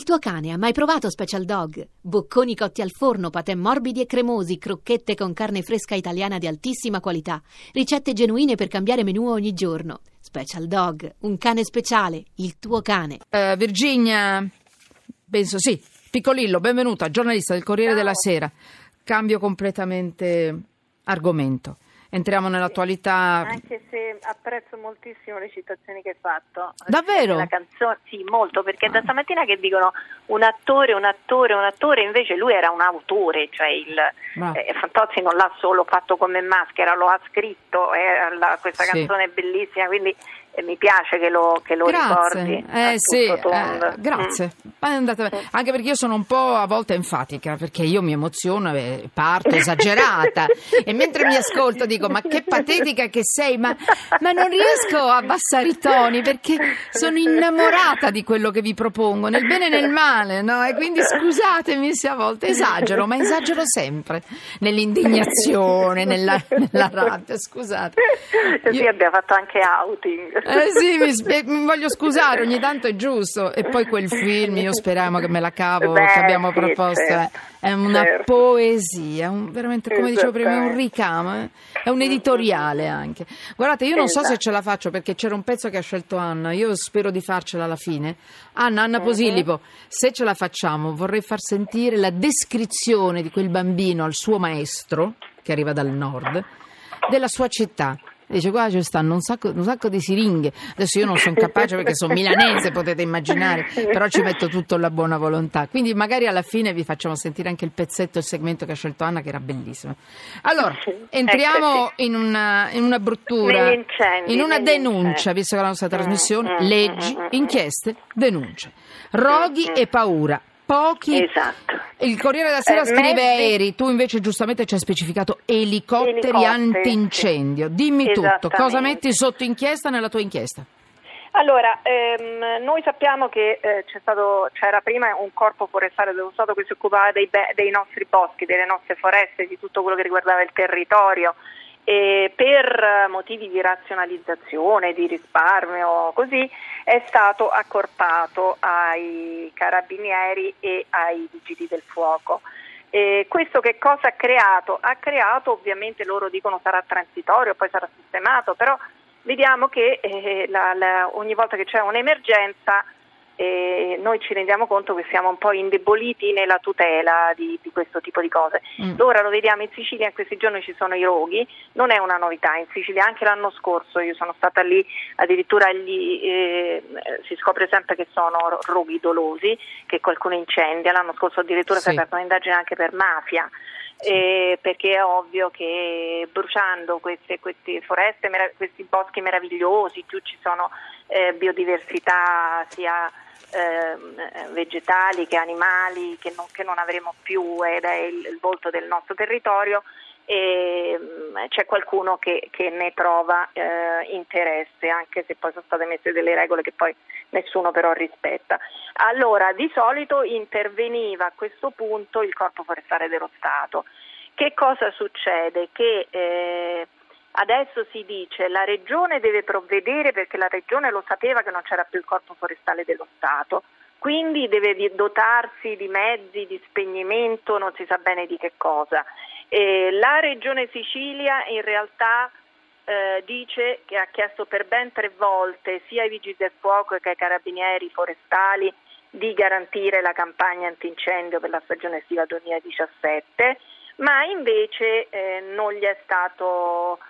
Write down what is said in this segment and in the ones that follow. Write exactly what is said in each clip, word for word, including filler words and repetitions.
tuo cane ha mai provato Special Dog? Bocconi cotti al forno, patè morbidi e cremosi, crocchette con carne fresca italiana di altissima qualità, ricette genuine per cambiare menù ogni giorno. Special Dog, un cane speciale, il tuo cane. Uh, Virginia, penso sì, Piccolillo, benvenuta, giornalista del Corriere Ciao. della Sera. Cambio completamente argomento. Entriamo nell'attualità. Anche se apprezzo moltissimo le citazioni che hai fatto. Davvero? La canzone, sì, molto, perché è da stamattina che dicono un attore, un attore, un attore, invece lui era un autore, cioè il eh, Fantozzi non l'ha solo fatto come maschera, lo ha scritto, eh, la, questa sì. canzone è bellissima, quindi eh, mi piace che lo, che lo grazie. ricordi. Eh, sì, eh, grazie. Mm. È andata... Anche perché io sono un po' a volte enfatica, perché io mi emoziono e parto esagerata e mentre mi ascolto dico ma che patetica che sei, ma, ma non riesco a abbassare i toni perché sono innamorata di quello che vi propongo, nel bene e nel male, no? E quindi scusatemi se a volte esagero, ma esagero sempre nell'indignazione, nella, nella rabbia, scusate. Così io... abbiamo fatto anche outing. Eh sì, mi, spie- mi voglio scusare, ogni tanto è giusto. E poi quel film, io speriamo che me la cavo, Beh, che abbiamo sì, proposto, certo, è una certo. poesia, un, veramente come dicevo prima, è un ricamo, eh? È un editoriale anche. Guardate, io non so se ce la faccio perché c'era un pezzo che ha scelto Anna, io spero di farcela alla fine. Anna, Anna Posillipo, se ce la facciamo vorrei far sentire la descrizione di quel bambino al suo maestro, che arriva dal nord, della sua città. Dice qua ci stanno un sacco, un sacco di siringhe. Adesso io non sono capace perché sono milanese, potete immaginare, però ci metto tutto la buona volontà. Quindi magari alla fine vi facciamo sentire anche il pezzetto, il segmento che ha scelto Anna, che era bellissimo. Allora, entriamo in una, in una bruttura, incendi, in una denuncia, incendi. visto che la nostra trasmissione, leggi, inchieste, denunce, roghi e paura. Pochi. Esatto. Il Corriere della Sera eh, scrive mezzi... aerei, tu invece giustamente ci hai specificato elicotteri, elicotteri antincendio. Sì. Dimmi tutto, cosa metti sotto inchiesta nella tua inchiesta? Allora, ehm, noi sappiamo che eh, c'è stato, c'era prima un corpo forestale dello Stato che si occupava dei, be- dei nostri boschi, delle nostre foreste, di tutto quello che riguardava il territorio. E per motivi di razionalizzazione, di risparmio, così è stato accorpato ai carabinieri e ai vigili del fuoco. E questo che cosa ha creato? Ha creato, ovviamente loro dicono sarà transitorio, poi sarà sistemato, però vediamo che eh, la, la, ogni volta che c'è un'emergenza e noi ci rendiamo conto che siamo un po' indeboliti nella tutela di, di questo tipo di cose. Mm. Ora lo vediamo in Sicilia, in questi giorni ci sono i roghi, non è una novità, in Sicilia anche l'anno scorso io sono stata lì, addirittura gli, eh, si scopre sempre che sono roghi dolosi, che qualcuno incendia, l'anno scorso addirittura si è aperta un'indagine anche per mafia. Eh, perché è ovvio che bruciando queste, queste foreste, merav- questi boschi meravigliosi, più ci sono eh, biodiversità sia eh, vegetali che animali che non, che non avremo più ed è il, il volto del nostro territorio, e mh, c'è qualcuno che, che ne trova eh, interesse, anche se poi sono state messe delle regole che poi nessuno però rispetta. Allora, di solito interveniva a questo punto il Corpo Forestale dello Stato. Che cosa succede? Che eh, adesso si dice la Regione deve provvedere perché la Regione lo sapeva che non c'era più il Corpo Forestale dello Stato, quindi deve dotarsi di mezzi di spegnimento, non si sa bene di che cosa. Eh, la Regione Sicilia in realtà eh, dice che ha chiesto per ben tre volte sia ai Vigili del Fuoco che ai Carabinieri Forestali di garantire la campagna antincendio per la stagione estiva duemiladiciassette, ma invece eh, non gli è stato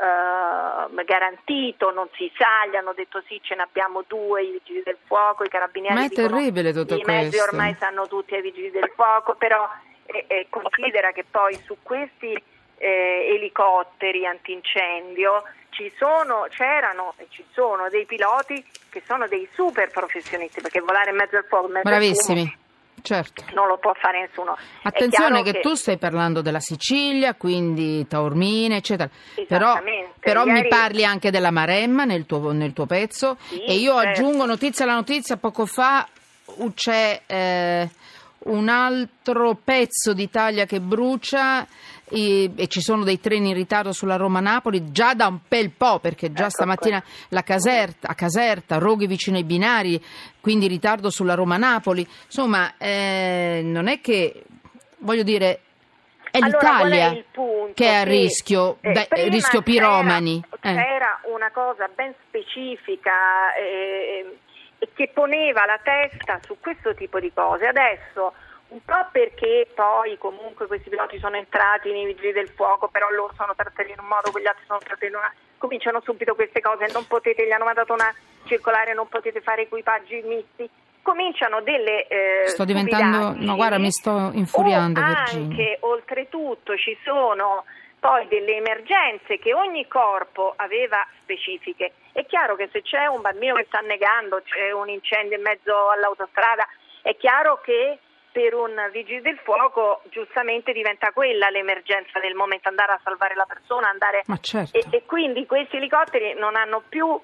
eh, garantito, non si sa, gli hanno detto sì, ce ne abbiamo due, i Vigili del Fuoco, i Carabinieri. Ma è dicono, terribile tutto i questo. I mezzi ormai sanno tutti ai Vigili del Fuoco, però E, e considera che poi su questi eh, elicotteri antincendio ci sono, c'erano e ci sono dei piloti che sono dei super professionisti, perché volare in mezzo al fuoco, in mezzo bravissimi, al fumo, certo, non lo può fare nessuno. Attenzione che, che tu stai parlando della Sicilia, quindi Taormina eccetera, però, però Ieri... mi parli anche della Maremma nel tuo, nel tuo pezzo, sì, e io certo. aggiungo notizia alla notizia, poco fa c'è eh, un altro pezzo d'Italia che brucia e, e ci sono dei treni in ritardo sulla Roma-Napoli già da un bel po', perché già ecco stamattina qui. la Caserta, a Caserta, roghi vicino ai binari, quindi ritardo sulla Roma-Napoli. Insomma, eh, non è che, voglio dire, è allora, l'Italia è che è a rischio, eh, beh, rischio piromani. C'era, eh. c'era una cosa ben specifica eh, che poneva la testa su questo tipo di cose. Adesso, un po' perché poi comunque questi piloti sono entrati nei vigili del fuoco, però loro sono trattati in un modo, quegli altri sono trattati in una... Cominciano subito queste cose, non potete, gli hanno mandato una circolare, non potete fare equipaggi misti. Cominciano delle eh, sto diventando no guarda mi sto infuriando, o Virginia. Anche oltretutto ci sono poi delle emergenze che ogni corpo aveva specifiche. È chiaro che se c'è un bambino che sta annegando, c'è un incendio in mezzo all'autostrada, è chiaro che per un vigile del fuoco giustamente diventa quella l'emergenza del momento, andare a salvare la persona, andare Ma certo. e, e quindi questi elicotteri non hanno più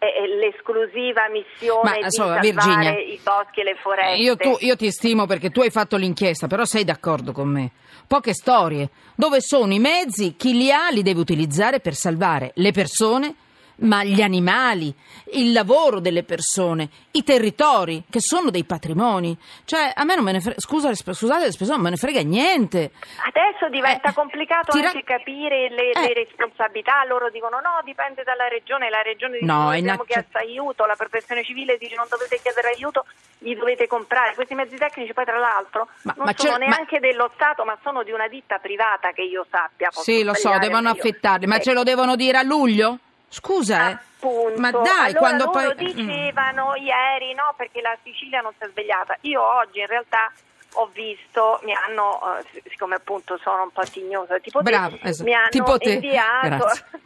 l'esclusiva missione Ma, di so, salvare Virginia, i boschi e le foreste. Io, tu, io ti stimo perché tu hai fatto l'inchiesta, però sei d'accordo con me. Poche storie. Dove sono i mezzi? Chi li ha li deve utilizzare per salvare le persone, ma gli animali, il lavoro delle persone, i territori, che sono dei patrimoni. Cioè, a me non me ne frega, scusa, scusate l'espressione, non me ne frega niente. Adesso diventa eh, complicato tira... anche capire le, eh. le responsabilità. Loro dicono no, dipende dalla regione, la regione dice no, noi abbiamo una... chiesto aiuto, la protezione civile dice non dovete chiedere aiuto, li dovete comprare. Questi mezzi tecnici poi tra l'altro ma, non ma sono neanche ma... dello Stato, ma sono di una ditta privata che io sappia. Sì, lo so, devono affittarli, ma eh. ce lo devono dire a luglio? Scusa, eh. Appunto. Ma dai, allora quando loro poi dicevano ieri no, perché la Sicilia non si è svegliata. Io oggi in realtà ho visto, mi hanno, uh, siccome appunto sono un po' tignosa, tipo Bravo, te, esatto. mi hanno tipo te. inviato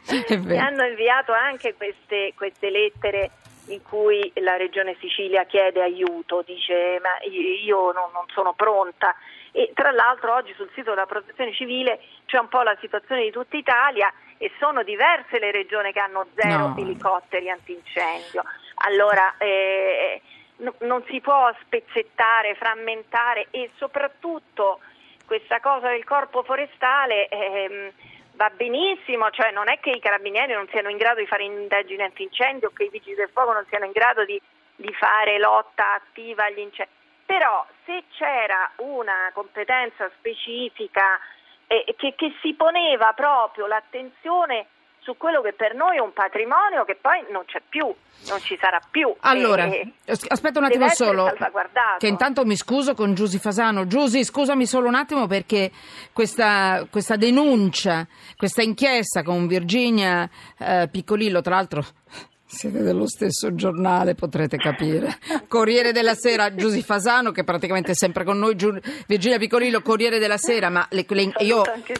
mi hanno inviato anche queste, queste lettere in cui la Regione Sicilia chiede aiuto, dice ma io non, non sono pronta. E tra l'altro oggi sul sito della Protezione Civile c'è un po' la situazione di tutta Italia e sono diverse le regioni che hanno zero no. elicotteri antincendio. Allora eh, n- non si può spezzettare, frammentare e soprattutto questa cosa del corpo forestale ehm, va benissimo, cioè non è che i carabinieri non siano in grado di fare indagini antincendio o che i vigili del fuoco non siano in grado di, di fare lotta attiva agli incendi. Però se c'era una competenza specifica eh, che, che si poneva proprio l'attenzione su quello che per noi è un patrimonio che poi non c'è più, non ci sarà più. Allora, eh, aspetta un attimo solo, che intanto intanto mi scuso con Giusy Fasano. Giusy, scusami solo un attimo perché questa, questa denuncia, questa inchiesta con Virginia eh, Piccolillo, tra l'altro... Siete dello stesso giornale, potrete capire. Corriere della Sera, Giusy Fasano, che praticamente è sempre con noi, Giu- Virginia Piccolillo, Corriere della Sera, ma le, le, io,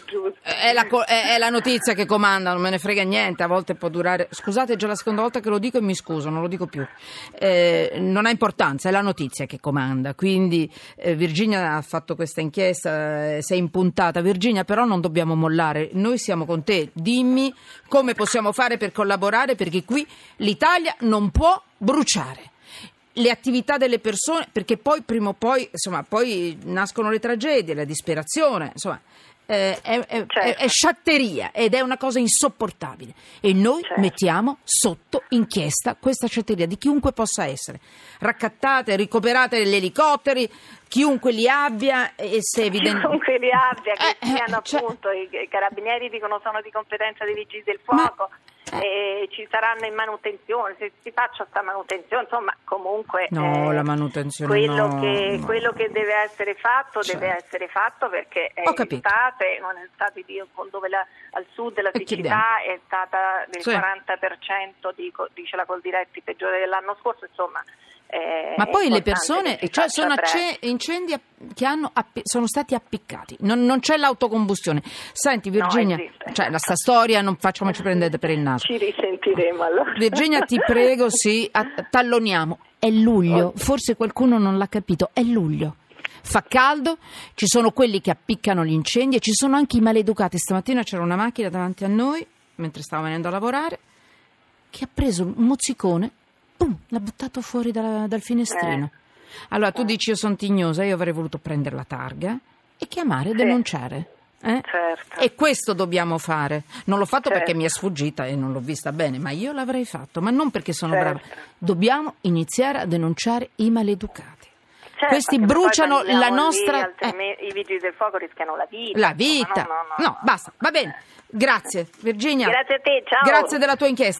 è, la, è, è la notizia che comanda, non me ne frega niente, a volte può durare... Scusate, è già la seconda volta che lo dico e mi scuso, non lo dico più. Eh, non ha importanza, è la notizia che comanda, quindi eh, Virginia ha fatto questa inchiesta, eh, si è impuntata. Virginia, però non dobbiamo mollare, noi siamo con te, dimmi come possiamo fare per collaborare, perché qui l'Italia non può bruciare. Le attività delle persone, perché poi prima o poi, insomma, poi nascono le tragedie, la disperazione, insomma, eh, è, è, certo. è, è sciatteria ed è una cosa insopportabile. E noi certo. mettiamo sotto inchiesta questa sciatteria di chiunque possa essere. Raccattate, ricoperate gli elicotteri, chiunque li abbia e se evidente... Chiunque li abbia, che eh, siano cioè... appunto i, i carabinieri dicono sono di competenza dei vigili del fuoco. Ma... E ci saranno in manutenzione, se si faccia sta manutenzione, insomma comunque no, eh, la manutenzione quello, no, che, no. quello che deve essere fatto cioè. deve essere fatto perché è estate, non è estate di, dove la, al sud la siccità è stata del sì. quaranta per cento dico, dice la Coldiretti peggiore dell'anno scorso, insomma. Eh, ma poi le persone, cioè sono acce- incendi che hanno appi- sono stati appiccati, non, non c'è l'autocombustione. Senti Virginia, no, cioè la sta storia non facciamoci prendere per il naso. Ci risentiremo allora. Virginia, ti prego, sì, a- talloniamo. È luglio, forse qualcuno non l'ha capito, è luglio. Fa caldo, ci sono quelli che appiccano gli incendi e ci sono anche i maleducati. Stamattina c'era una macchina davanti a noi, mentre stavo venendo a lavorare, che ha preso un mozzicone, boom, l'ha buttato fuori da, dal finestrino. Allora tu dici io sono tignosa, io avrei voluto prendere la targa e chiamare e sì. denunciare. Eh? Certo. E questo dobbiamo fare. Non l'ho fatto certo. perché mi è sfuggita e non l'ho vista bene, ma io l'avrei fatto, ma non perché sono certo. brava. Dobbiamo iniziare a denunciare i maleducati. Certo, questi bruciano la nostra... Lì, altrimenti eh. i vigili del fuoco rischiano la vita. La vita. No, no, no, no, basta, va bene. Grazie Virginia. Grazie a te, ciao. Grazie della tua inchiesta.